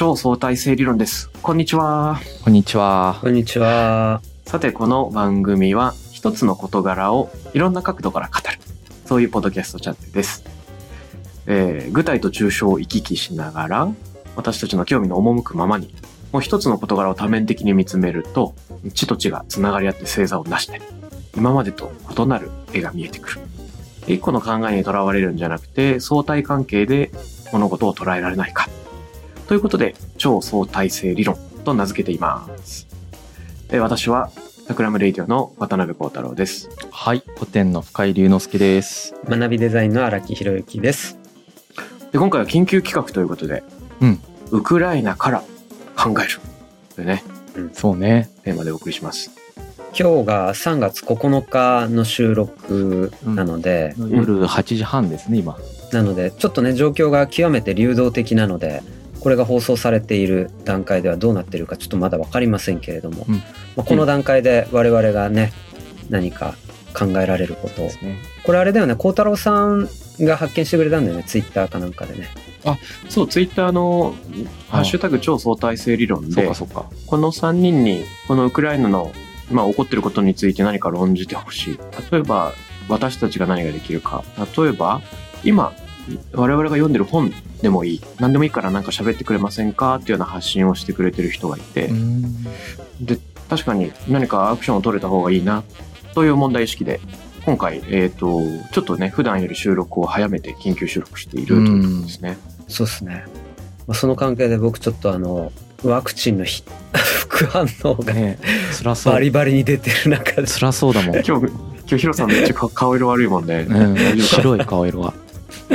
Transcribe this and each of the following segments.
超相対性理論です。こんにちは。 こんにちは。 こんにちは。 さて、この番組は一つの事柄をいろんな角度から語る、そういうポッドキャストチャンネルです。具体と抽象を行き来しながら、私たちの興味の赴くままに、もう一つの事柄を多面的に見つめると、地と地がつながり合って星座を成して、今までと異なる絵が見えてくる。一個の考えにとらわれるんじゃなくて、相対関係で物事を捉えられないか。ということで、超相対性理論と名付けています。私は、タクラムレイディオの渡辺幸太郎です。 はい、古典の深井龍之介です。 学びデザインの荒木博之です。 で、今回は緊急企画ということで、ウクライナから考えるというね、 そうね、 テーマでお送りします。 今日が3月9日の収録なので、 夜8時半ですね、今。 なのでちょっとね、状況が極めて流動的なので、これが放送されている段階ではどうなっているかちょっとまだ分かりませんけれども、この段階で我々がね、何か考えられることを、これあれだよね、幸太郎さんが発見してくれたんだよね、ツイッターかなんかでね。 あ、そう、ツイッターのハッシュタグ超相対性理論で、この3人にこのウクライナの起こっていることについて何か論じてほしい。例えば私たちが何ができるか、例えば今我々が読んでる本でもいい、何でもいいからなんか喋ってくれませんかっていうような発信をしてくれてる人がいて、で確かに何かアクションを取れた方がいいなという問題意識で今回ちょっとね、普段より収録を早めて緊急収録しているということですね。 そうですね。その関係で僕ちょっとワクチンの副反応がね、バリバリに出てる中で辛そうだもん。 今日ヒロさんめっちゃ顔色悪いもんね。 白い顔色は。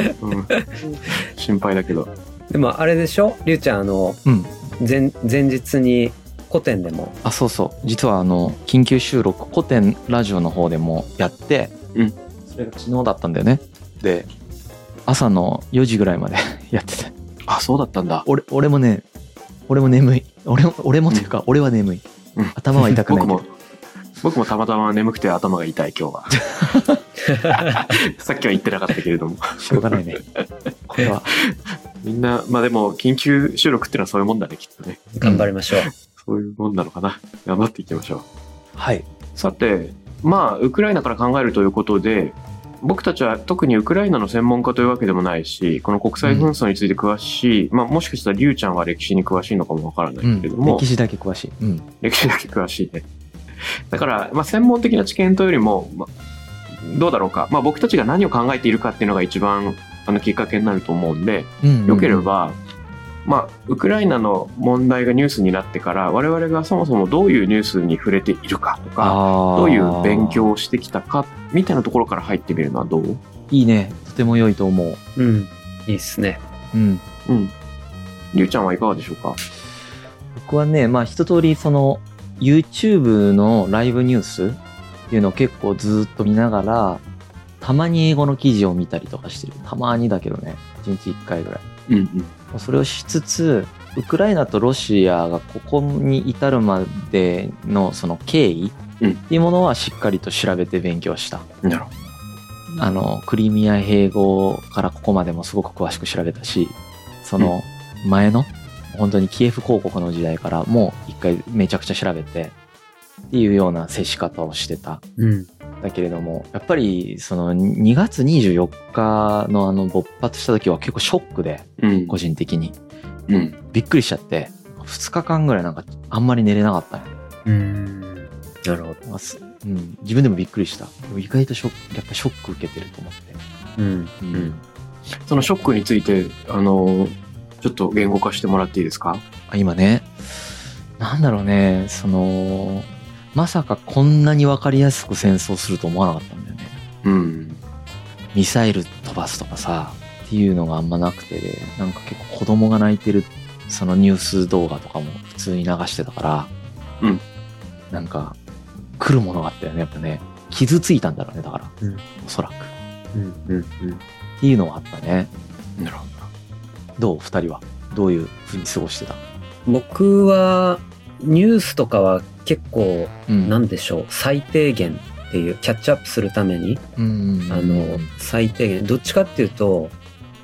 心配だけど。 でもあれでしょ、りゅうちゃん前日に古典でも、 そうそう、実は緊急収録古典ラジオの方でもやって、それが昨日だったんだよね。で朝の4時ぐらいまでやってて、 そうだったんだ。 俺も眠い。俺もというか、俺は眠い。頭は痛くないけど。 僕もたまたま眠くて頭が痛い今日は。さっきは言ってなかったけれども。 しょうがないね。これは。 みんな、でも緊急収録ってのはそういうもんだね、きっとね。 頑張りましょう。 そういうもんなのかな。頑張っていきましょう。 はい。 さて、ウクライナから考えるということで、僕たちは特にウクライナの専門家というわけでもないし、この国際紛争について詳しい、もしかしたらリュウちゃんは歴史に詳しいのかもわからないけれども、 歴史だけ詳しい。 歴史だけ詳しいね。だから、専門的な知見というよりも、どうだろうか、僕たちが何を考えているかっていうのが一番きっかけになると思うんで、よければ、ウクライナの問題がニュースになってから我々がそもそもどういうニュースに触れているかとか、どういう勉強をしてきたかみたいなところから入ってみるのはどう？ いいね、とても良いと思う。 いいっすね。 りゅうちゃんはいかがでしょうか？ 僕はね、一通りその YouTube のライブニュースっていうのを結構ずっと見ながら、たまに英語の記事を見たりとかしてる。たまにだけどね、1日1回ぐらい。それをしつつ、ウクライナとロシアがここに至るまでのその経緯っていうものはしっかりと調べて勉強した。 なるほど。クリミア併合からここまでもすごく詳しく調べたし、その前の本当にキエフ公国の時代からもう一回めちゃくちゃ調べてっていうような接し方をしてた。だけれども、やっぱりその2月24日の勃発した時は結構ショックで、個人的に、びっくりしちゃって2日間ぐらいなんかあんまり寝れなかったね。 なるほど。 自分でもびっくりした。意外とやっぱショック受けてると思って。 そのショックについてちょっと言語化してもらっていいですか？ 今ね、なんだろうね、まさかこんなに分かりやすく戦争すると思わなかったんだよね。ミサイル飛ばすとかさっていうのがあんまなくて、なんか結構子供が泣いてるそのニュース動画とかも普通に流してたから、なんか来るものがあったよね、やっぱね。傷ついたんだろうね、だから、おそらく、っていうのはあったね。 なるほど。どう2人はどういう風に過ごしてた？ 僕はニュースとかは結構、なんでしょう、最低限っていうキャッチアップするために、最低限どっちかっていうと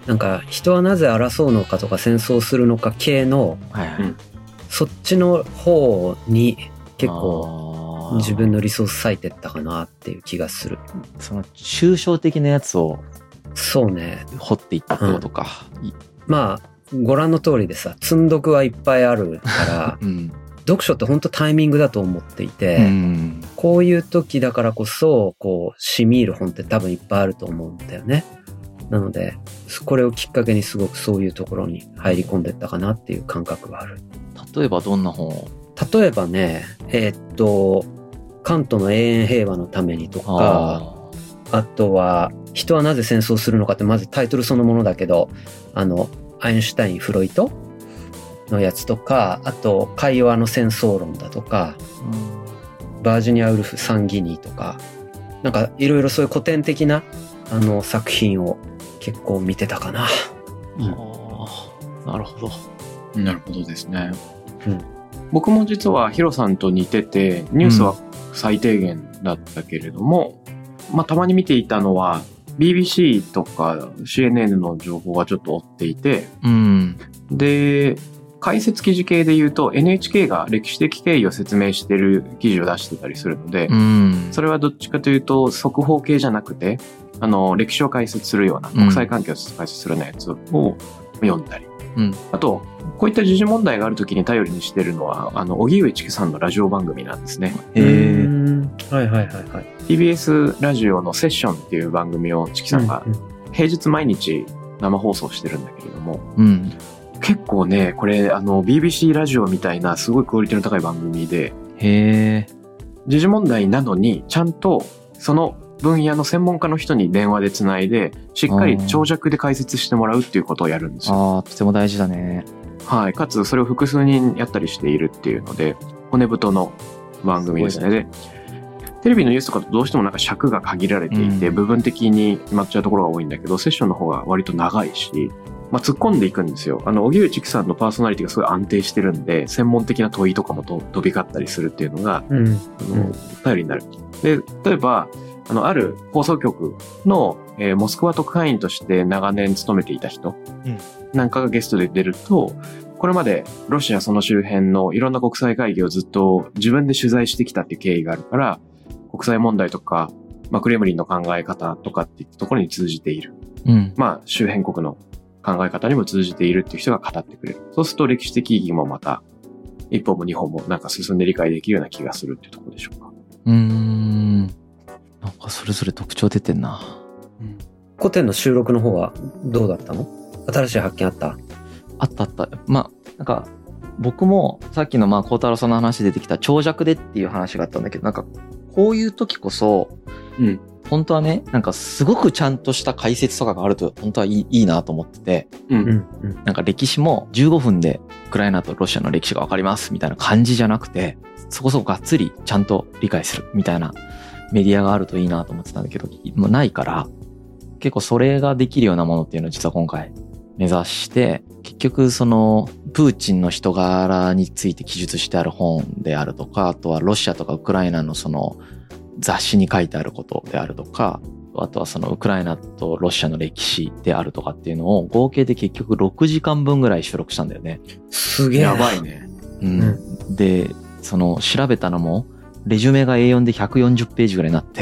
なんか人はなぜ争うのかとか戦争するのか系の、 はいはい、 そっちの方に結構自分のリソース割いてったかなっていう気がする。 その抽象的なやつをそうね掘っていったってことか、 まあご覧の通りでさ、積んどくはいっぱいあるから、読書って本当タイミングだと思っていて、こういう時だからこそこう染み入る本って多分いっぱいあると思うんだよね。なのでこれをきっかけにすごくそういうところに入り込んでったかなっていう感覚がある。 例えばどんな本を？ 例えばね、カントの永遠平和のためにとか、あとは人はなぜ戦争するのかってまずタイトルそのものだけど、アインシュタイン・フロイトのやつとか、あと会話の戦争論だとか、バージニア・ウルフ・サンギニーとか、なんかいろいろそういう古典的な作品を結構見てたかな。 なるほど。 なるほどですね。僕も実はヒロさんと似てて、ニュースは最低限だったけれども、たまに見ていたのは BBC とか CNN の情報がちょっと追っていて、で解説記事系で言うと NHK が歴史的経緯を説明してる記事を出してたりするので、それはどっちかというと速報系じゃなくて歴史を解説するような国際関係を解説するようなやつを読んだり、あとこういった時事問題があるときに頼りにしてるのは荻上チキさんのラジオ番組なんですね。 はいはいはいはい。 TBS ラジオのセッションっていう番組をチキさんが平日毎日生放送してるんだけれども、結構ねこれBBC ラジオみたいなすごいクオリティの高い番組で、時事問題なのにちゃんとその分野の専門家の人に電話でつないでしっかり長尺で解説してもらうっていうことをやるんですよ。 とても大事だね。 はい、かつそれを複数人やったりしているっていうので骨太の番組ですね。でテレビのニュースとかとどうしてもなんか尺が限られていて、部分的に決まっちゃうところが多いんだけど、セッションの方が割と長いし、突っ込んでいくんですよ。荻上チキさんのパーソナリティがすごい安定してるんで、専門的な問いとかも飛び交ったりするっていうのが、頼りになる。で、例えば、ある放送局の、モスクワ特派員として長年勤めていた人なんかがゲストで出ると、これまでロシアその周辺のいろんな国際会議をずっと自分で取材してきたっていう経緯があるから、国際問題とか、クレムリンの考え方とかっていうところに通じている。周辺国の考え方にも通じているっていう人が語ってくれる。そうすると歴史的意義もまた一歩も二歩もなんか進んで理解できるような気がするっていうところでしょうか。 なんかそれぞれ特徴出てんな。 古典の収録の方はどうだったの？新しい発見あった？ あった。なんか僕もさっきの孝太郎さんの話出てきた長尺でっていう話があったんだけど、なんかこういう時こそ、本当はね、なんかすごくちゃんとした解説とかがあると本当はいいなと思ってて、なんか歴史も15分でウクライナとロシアの歴史が分かりますみたいな感じじゃなくて、そこそこがっつりちゃんと理解するみたいなメディアがあるといいなと思ってたんだけど、もうないから、結構それができるようなものっていうのを実は今回目指して、結局そのプーチンの人柄について記述してある本であるとか、あとはロシアとかウクライナのその雑誌に書いてあることであるとか、あとはそのウクライナとロシアの歴史であるとかっていうのを合計で結局6時間分ぐらい収録したんだよね。 すげえ。 やばいね。 で、その調べたのもレジュメが A4 で140ページぐらいになって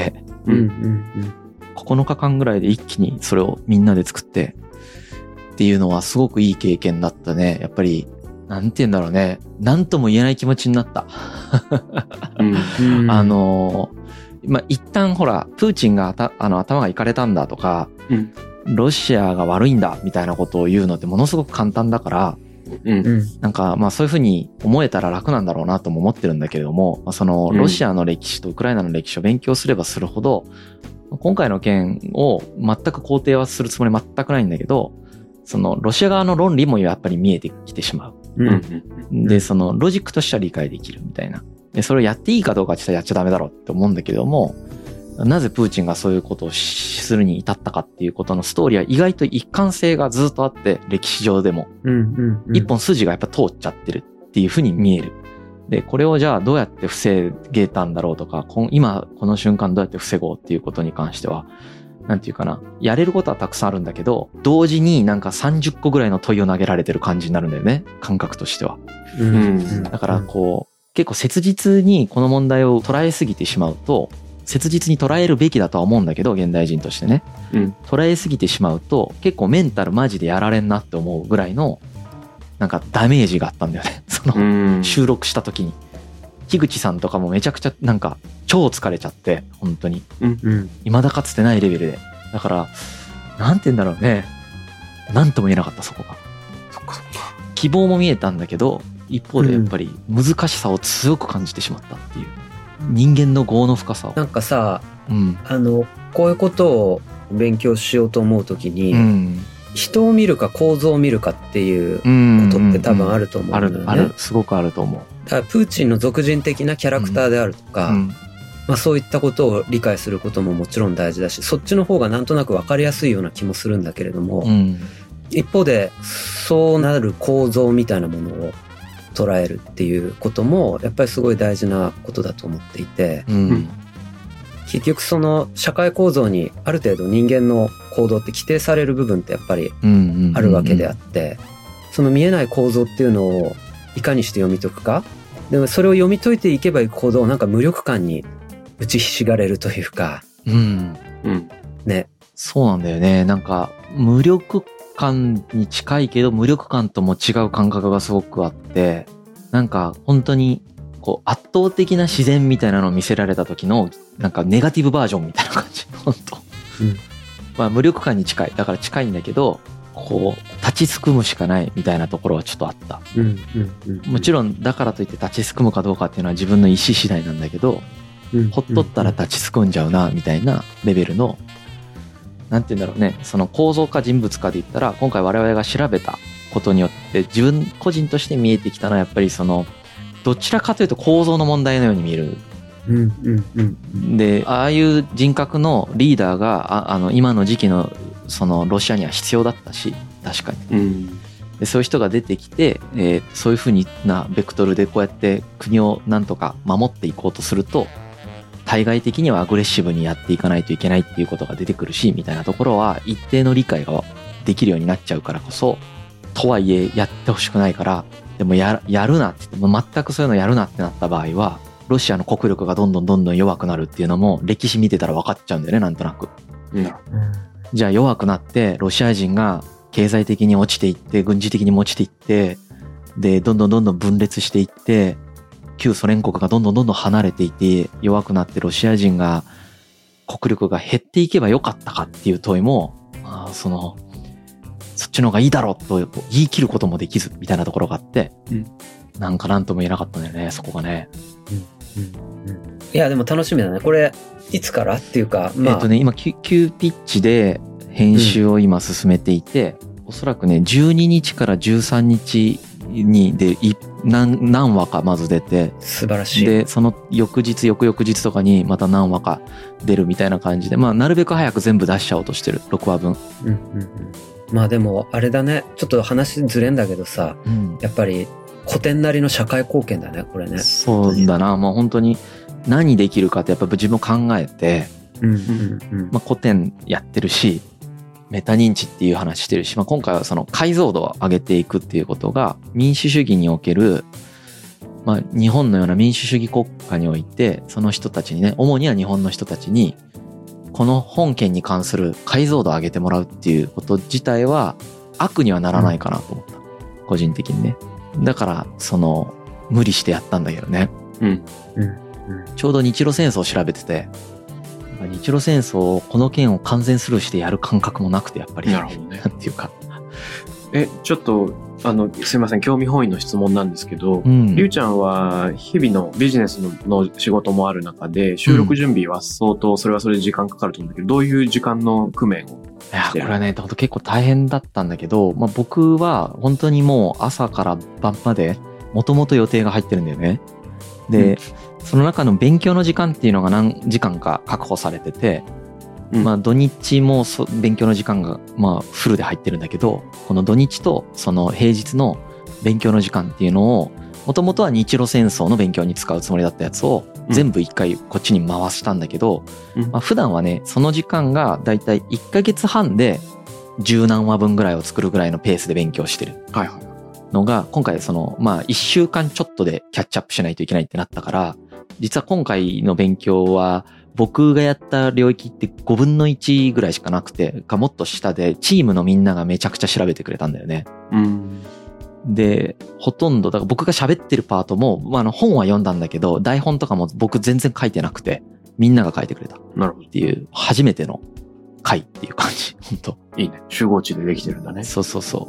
、9日間ぐらいで一気にそれをみんなで作ってっていうのはすごくいい経験だったね。やっぱりなんて言うんだろうね、なんとも言えない気持ちになった一旦ほらプーチンが頭がいかれたんだとか、ロシアが悪いんだみたいなことを言うのってものすごく簡単だから、なんかそういうふうに思えたら楽なんだろうなとも思ってるんだけれども、そのロシアの歴史とウクライナの歴史を勉強すればするほど、今回の件を全く肯定はするつもり全くないんだけど、そのロシア側の論理もやっぱり見えてきてしまう。で、そのロジックとしては理解できるみたいな。で、それをやっていいかどうかはやっちゃダメだろうって思うんだけども、なぜプーチンがそういうことをするに至ったかっていうことのストーリーは意外と一貫性がずっとあって、歴史上でも。一本筋がやっぱ通っちゃってるっていうふうに見える。で、これをじゃあどうやって防げたんだろうとか、今この瞬間どうやって防ごうっていうことに関しては、 なんていうかな、やれることはたくさんあるんだけど、同時になんか30個ぐらいの問いを投げられてる感じになるんだよね、感覚としては。だからこう、結構切実にこの問題を捉えすぎてしまうと、切実に捉えるべきだとは思うんだけど、現代人としてね。捉えすぎてしまうと、結構メンタルマジでやられんなって思うぐらいの、なんかダメージがあったんだよね。その、収録した時に。樋口さんとかもめちゃくちゃなんか超疲れちゃって、本当に。未だかつてないレベルで。だから、なんて言うんだろうね。なんとも言えなかった、そこが。 そっかそっか。 希望も見えたんだけど、一方でやっぱり難しさを強く感じてしまったっていう。人間の業の深さを。 なんかさ、こういうことを勉強しようと思うときに、人を見るか構造を見るかっていうことって多分あると思うんだよね。 ある、すごくあると思う。 だからプーチンの俗人的なキャラクターであるとか、まあそういったことを理解することももちろん大事だし、そっちの方がなんとなく分かりやすいような気もするんだけれども、一方でそうなる構造みたいなものを捉えるっていうこともやっぱりすごい大事なことだと思っていて、結局その社会構造にある程度人間の行動って規定される部分ってやっぱりあるわけであって、その見えない構造っていうのをいかにして読み解くか。でもそれを読み解いていけばいくほどなんか無力感に打ちひしがれるというか、ね。 そうなんだよね。なんか無力感に近いけど無力感とも違う感覚がすごくあって、なんか本当にこう圧倒的な自然みたいなのを見せられた時のなんかネガティブバージョンみたいな感じ。本当。まあ無力感に近い。だから近いんだけど、こう立ちすくむしかないみたいなところはちょっとあった。もちろんだからといって立ちすくむかどうかっていうのは自分の意思次第なんだけど、ほっとったら立ちすくんじゃうなみたいなレベルの、なんて言うんだろうね、その構造か人物かで言ったら、今回我々が調べたことによって自分個人として見えてきたのはやっぱりそのどちらかというと構造の問題のように見える。で、ああいう人格のリーダーが今の時期のそのロシアには必要だったし、確かに。でそういう人が出てきて、そういうふうなベクトルでこうやって国をなんとか守っていこうとすると、対外的にはアグレッシブにやっていかないといけないっていうことが出てくるし、みたいなところは一定の理解ができるようになっちゃうからこそ、とはいえやってほしくないから、でもやるなって言っても全くそういうのやるなってなった場合は、ロシアの国力がどんどん弱くなるっていうのも歴史見てたら分かっちゃうんだよね、なんとなく。じゃあ弱くなってロシア人が経済的に落ちていって軍事的にも落ちていって、でどんどん分裂していって、旧ソ連国がどんどん離れていて弱くなってロシア人が国力が減っていけばよかったかっていう問いも、そっちの方がいいだろうと言い切ることもできずみたいなところがあって、なんかなんとも言えなかったんだよね、そこがね。 いやでも楽しみだねこれ。いつからっていうか、 今急ピッチで編集を今進めていて、おそらくね12日から13日にで何話かまず出て、 素晴らしい。 でその翌々日とかにまた何話か出るみたいな感じで、なるべく早く全部出しちゃおうとしてる、6話分。 まあでもあれだね、ちょっと話ずれんだけどさ、やっぱり古典なりの社会貢献だねこれね。 そうだな、本当に何できるかってやっぱ自分考えて、古典やってるしメタ認知っていう話してるし、今回はその解像度を上げていくっていうことが民主主義における、日本のような民主主義国家においてその人たちにね、主には日本の人たちにこの本件に関する解像度を上げてもらうっていうこと自体は悪にはならないかなと思った、個人的にね。だから無理してやったんだけどね。ちょうど日露戦争を調べてて、日露戦争この件を完全スルーしてやる感覚もなくて、やっぱり。 なるほどね。 なんていうか。 ちょっと、すいません、興味本位の質問なんですけど、りゅうちゃんは日々のビジネスの仕事もある中で、収録準備は相当、それはそれで時間かかると思うんだけど、どういう時間の工面をしてる？ いや、これはね、本当結構大変だったんだけど、僕は本当にもう朝から晩まで、もともと予定が入ってるんだよね。で、その中の勉強の時間っていうのが何時間か確保されてて、土日も勉強の時間がフルで入ってるんだけど、この土日とその平日の勉強の時間っていうのをもともとは日露戦争の勉強に使うつもりだったやつを全部一回こっちに回したんだけど、まあ、普段はねその時間がだいたい1ヶ月半で十何話分ぐらいを作るぐらいのペースで勉強してるのが、今回そのまあ1週間ちょっとでキャッチアップしないといけないってなったから、実は今回の勉強は僕がやった領域って5分の1ぐらいしかなくて、もっと下でチームのみんながめちゃくちゃ調べてくれたんだよね。でほとんどだから僕が喋ってるパートも、まあ、本は読んだんだけど台本とかも僕全然書いてなくて、みんなが書いてくれたっていう初めての回っていう感じ。本当いいね。集合値でできてるんだね。 そうそうそう。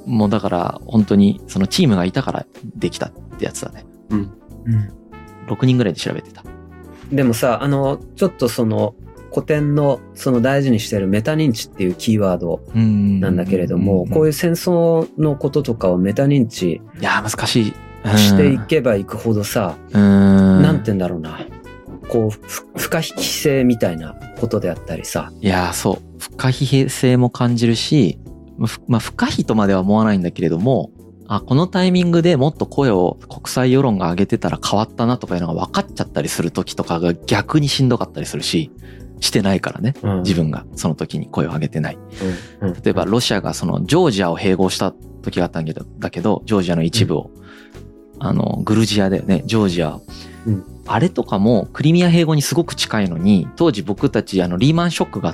もうだから本当にそのチームがいたからできたってやつだね。6人ぐらいで調べてた。 でもさ、ちょっとその古典のその大事にしてるメタ認知っていうキーワードなんだけれども、こういう戦争のこととかをメタ認知いや難しいしていけばいくほどさ、なんて言うんだろうな、こう不可避性みたいなことであったりさ。 いやそう不可避性も感じるし、まあ不可避とまでは思わないんだけれども、このタイミングでもっと声を国際世論が上げてたら変わったなとかいうのが分かっちゃったりする時とかが逆にしんどかったりするし、してないからね、自分がその時に声を上げてない。例えばロシアがそのジョージアを併合した時があったんだけど、ジョージアの一部を、グルジアだよね、ジョージア。あれとかもクリミア併合にすごく近いのに、当時僕たちリーマンショックがあって、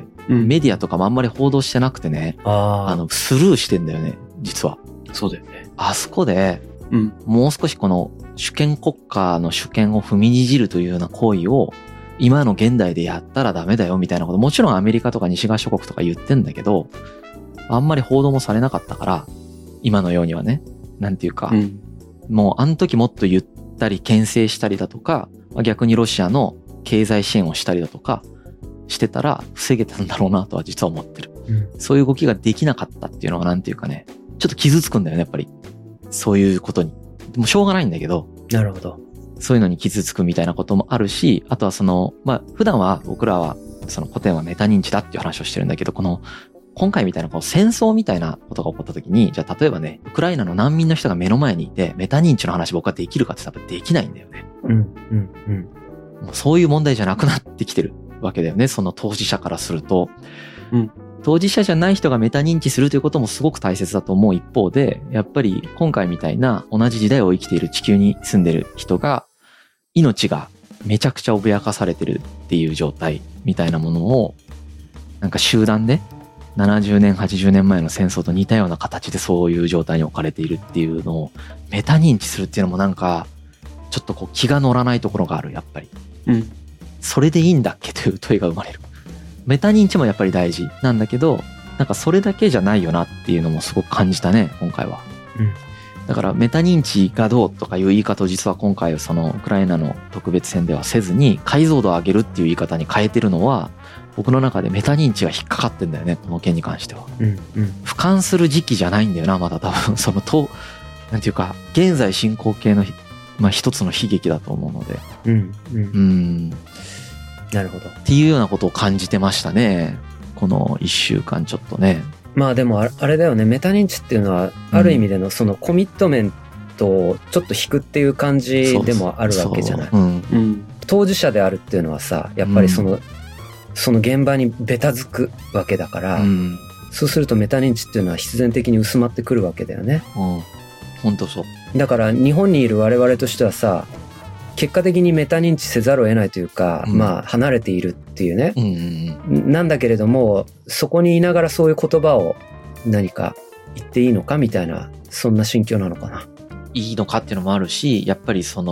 メディアとかもあんまり報道してなくてね、スルーしてんだよね、実は。 そうだよね。 あそこで、もう少しこの主権国家の主権を踏みにじるというような行為を今の現代でやったらダメだよみたいなこと、もちろんアメリカとか西側諸国とか言ってんだけど、あんまり報道もされなかったから、今のようにはね、なんていうか、もうあの時もっと言ったり牽制したりだとか、逆にロシアの経済支援をしたりだとかしてたら防げたんだろうなとは実は思ってる。そういう動きができなかったっていうのはなんていうかね、ちょっと傷つくんだよね、やっぱり。そういうことに。でもしょうがないんだけど。 なるほど。 そういうのに傷つくみたいなこともあるし、あとはその、まあ、普段は僕らは、その古典はメタ認知だっていう話をしてるんだけど、今回みたいなこの戦争みたいなことが起こった時に、じゃあ例えばね、ウクライナの難民の人が目の前にいて、メタ認知の話僕はできるかって多分できないんだよね。もうそういう問題じゃなくなってきてるわけだよね、その当事者からすると。当事者じゃない人がメタ認知するということもすごく大切だと思う一方で、やっぱり今回みたいな同じ時代を生きている地球に住んでる人が、命がめちゃくちゃ脅かされてるっていう状態みたいなものを、なんか集団で70年、80年前の戦争と似たような形でそういう状態に置かれているっていうのをメタ認知するっていうのもなんか、ちょっとこう気が乗らないところがある、やっぱり。それでいいんだっけという問いが生まれる。メタ認知もやっぱり大事なんだけど、なんかそれだけじゃないよなっていうのもすごく感じたね、今回は。だからメタ認知がどうとかいう言い方を実は今回そのウクライナの特別編ではせずに、解像度を上げるっていう言い方に変えてるのは、僕の中でメタ認知が引っかかってんだよね、この件に関しては。俯瞰する時期じゃないんだよな、まだ多分。なんていうか、現在進行形の、まあ一つの悲劇だと思うので。 なるほど。 っていうようなことを感じてましたね。この1週間ちょっとね。 まあでもあれだよね、メタ認知っていうのはある意味でのそのコミットメントをちょっと引くっていう感じでもあるわけじゃない。当事者であるっていうのはさ、やっぱりその現場にベタづくわけだから、そうするとメタ認知っていうのは必然的に薄まってくるわけだよね。 本当そう。 だから日本にいる我々としてはさ、結果的にメタ認知せざるを得ないというか、まあ離れているっていうね、なんだけれども、そこにいながらそういう言葉を何か言っていいのかみたいな、そんな心境なのかな。 いいのかっていうのもあるし、やっぱりそん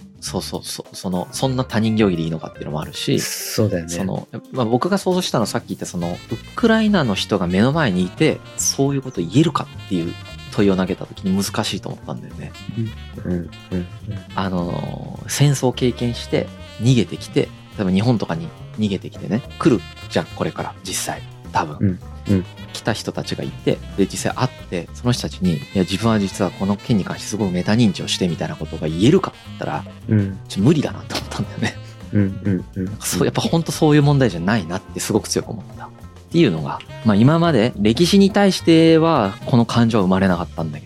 な他人行儀でいいのかっていうのもあるし、 そうだよね。 まあ、僕が想像したのはさっき言ったウクライナの人が目の前にいて、そういうこと言えるかっていう問いを投げた時に難しいと思ったんだよね。戦争を経験して逃げてきて、例えば日本とかに逃げてきてね、来るじゃん、これから実際多分、来た人たちがいて、で実際会ってその人たちに、いや自分は実はこの件に関してすごくメタ認知をしてみたいなことが言えるかって言ったら、無理だなと思ったんだよね。やっぱ本当そういう問題じゃないなってすごく強く思ったっていうのが、まあ今まで歴史に対してはこの感情は生まれなかったんだけど、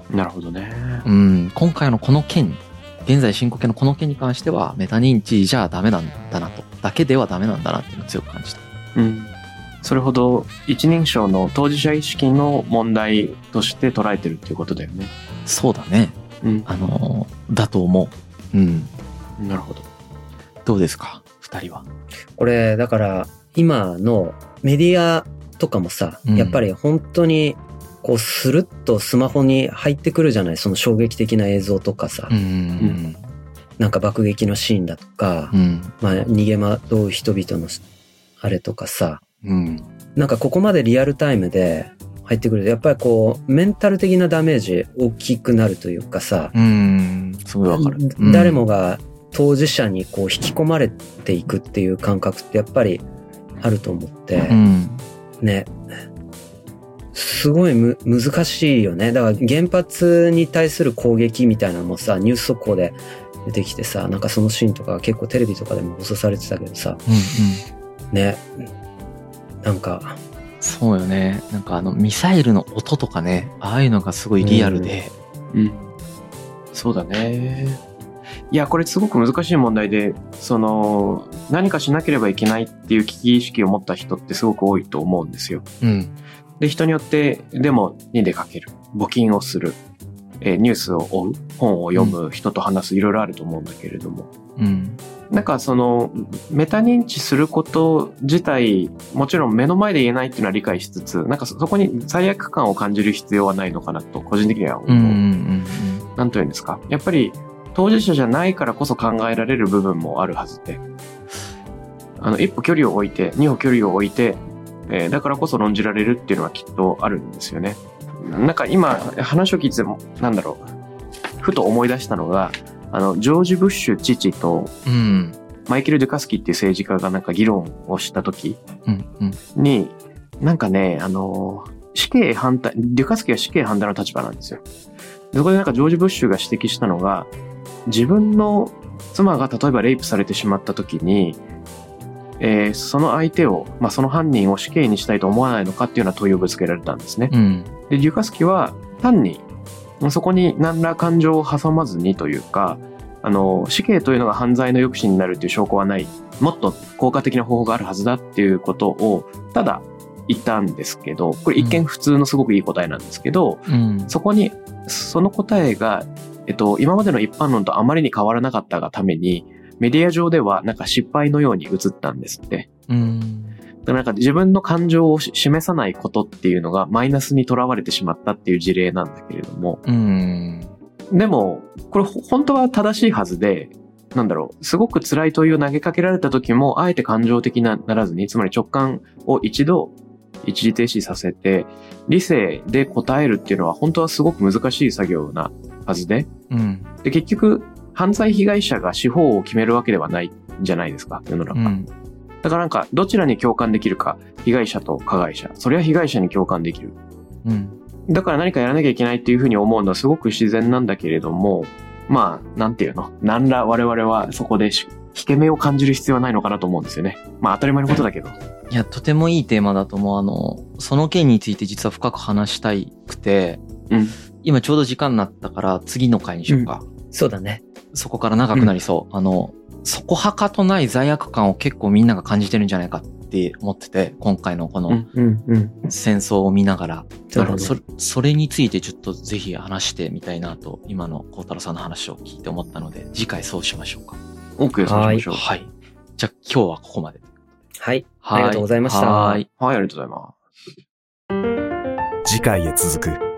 なるほどね。 今回のこの件、現在進行形のこの件に関してはメタ認知じゃダメなんだなと、だけではダメなんだなっていうのを強く感じた。 それほど一人称の当事者意識の問題として捉えてるっていうことだよね。 そうだね。だと思う。 なるほど。 どうですか、2人は。 これだから今のメディアとかもさ、やっぱり本当にこうスルッとスマホに入ってくるじゃない、その衝撃的な映像とかさ、なんか爆撃のシーンだとか、逃げ惑う人々のあれとかさ、なんかここまでリアルタイムで入ってくるとやっぱりこうメンタル的なダメージ大きくなるというかさ、 すごいわかる。 誰もが当事者にこう引き込まれていくっていう感覚ってやっぱりあると思って、ね、すごい難しいよね。だから原発に対する攻撃みたいなのもさ、ニュース速報で出てきてさ、なんかそのシーンとか結構テレビとかでも放送されてたけどさ、ね、なんかそうよね。なんかミサイルの音とかね、ああいうのがすごいリアルで、 そうだね。いや、これすごく難しい問題で、何かしなければいけないっていう危機意識を持った人ってすごく多いと思うんですよ。で、人によってデモに出かける、募金をする、ニュースを追う、本を読む、人と話す、いろいろあると思うんだけれども、なんかメタ認知すること自体、もちろん目の前で言えないっていうのは理解しつつ、なんかそこに罪悪感を感じる必要はないのかなと個人的には思う。なんというんですか、やっぱり当事者じゃないからこそ考えられる部分もあるはずで、一歩距離を置いて、二歩距離を置いて、だからこそ論じられるっていうのはきっとあるんですよね。なんか今話を聞いても、ふと思い出したのが、ジョージ・ブッシュ父と、マイケル・デュカスキーっていう政治家がなんか議論をした時に、なんかね、死刑反対、デュカスキーは死刑反対の立場なんですよ。そこでなんかジョージ・ブッシュが指摘したのが、自分の妻が例えばレイプされてしまった時に、その相手を、その犯人を死刑にしたいと思わないのかっていうような問いをぶつけられたんですね。で、デュカスキーは単にそこに何ら感情を挟まずにというか、死刑というのが犯罪の抑止になるという証拠はない。もっと効果的な方法があるはずだっていうことをただ言ったんですけど、これ一見普通のすごくいい答えなんですけど、そこにその答えが、今までの一般論とあまりに変わらなかったがために、メディア上ではなんか失敗のように映ったんですって。だからなんか自分の感情を示さないことっていうのがマイナスにとらわれてしまったっていう事例なんだけれども。でも、これ本当は正しいはずで、すごく辛い問いを投げかけられた時も、あえて感情的ならずに、つまり直感を一度一時停止させて、理性で答えるっていうのは本当はすごく難しい作業なはずで、で結局、犯罪被害者が司法を決めるわけではないんじゃないですか、世の中。だからなんか、どちらに共感できるか、被害者と加害者。それは被害者に共感できる。だから何かやらなきゃいけないっていうふうに思うのはすごく自然なんだけれども、なんていうの、何ら我々はそこで引け目を感じる必要はないのかなと思うんですよね。当たり前のことだけど。 いや、とてもいいテーマだと思う。その件について実は深く話したいくて、今ちょうど時間になったから次の回にしようか。 そうだね。 そこから長くなりそう。そこはかとない罪悪感を結構みんなが感じてるんじゃないかって思ってて、今回のこの戦争を見ながら。それについてちょっとぜひ話してみたいなと、今の孝太郎さんの話を聞いて思ったので、次回そうしましょうか。 OK、そうしましょう。 はい。じゃあ今日はここまで。 はい。ありがとうございました。 はい、ありがとうございます。 次回へ続く。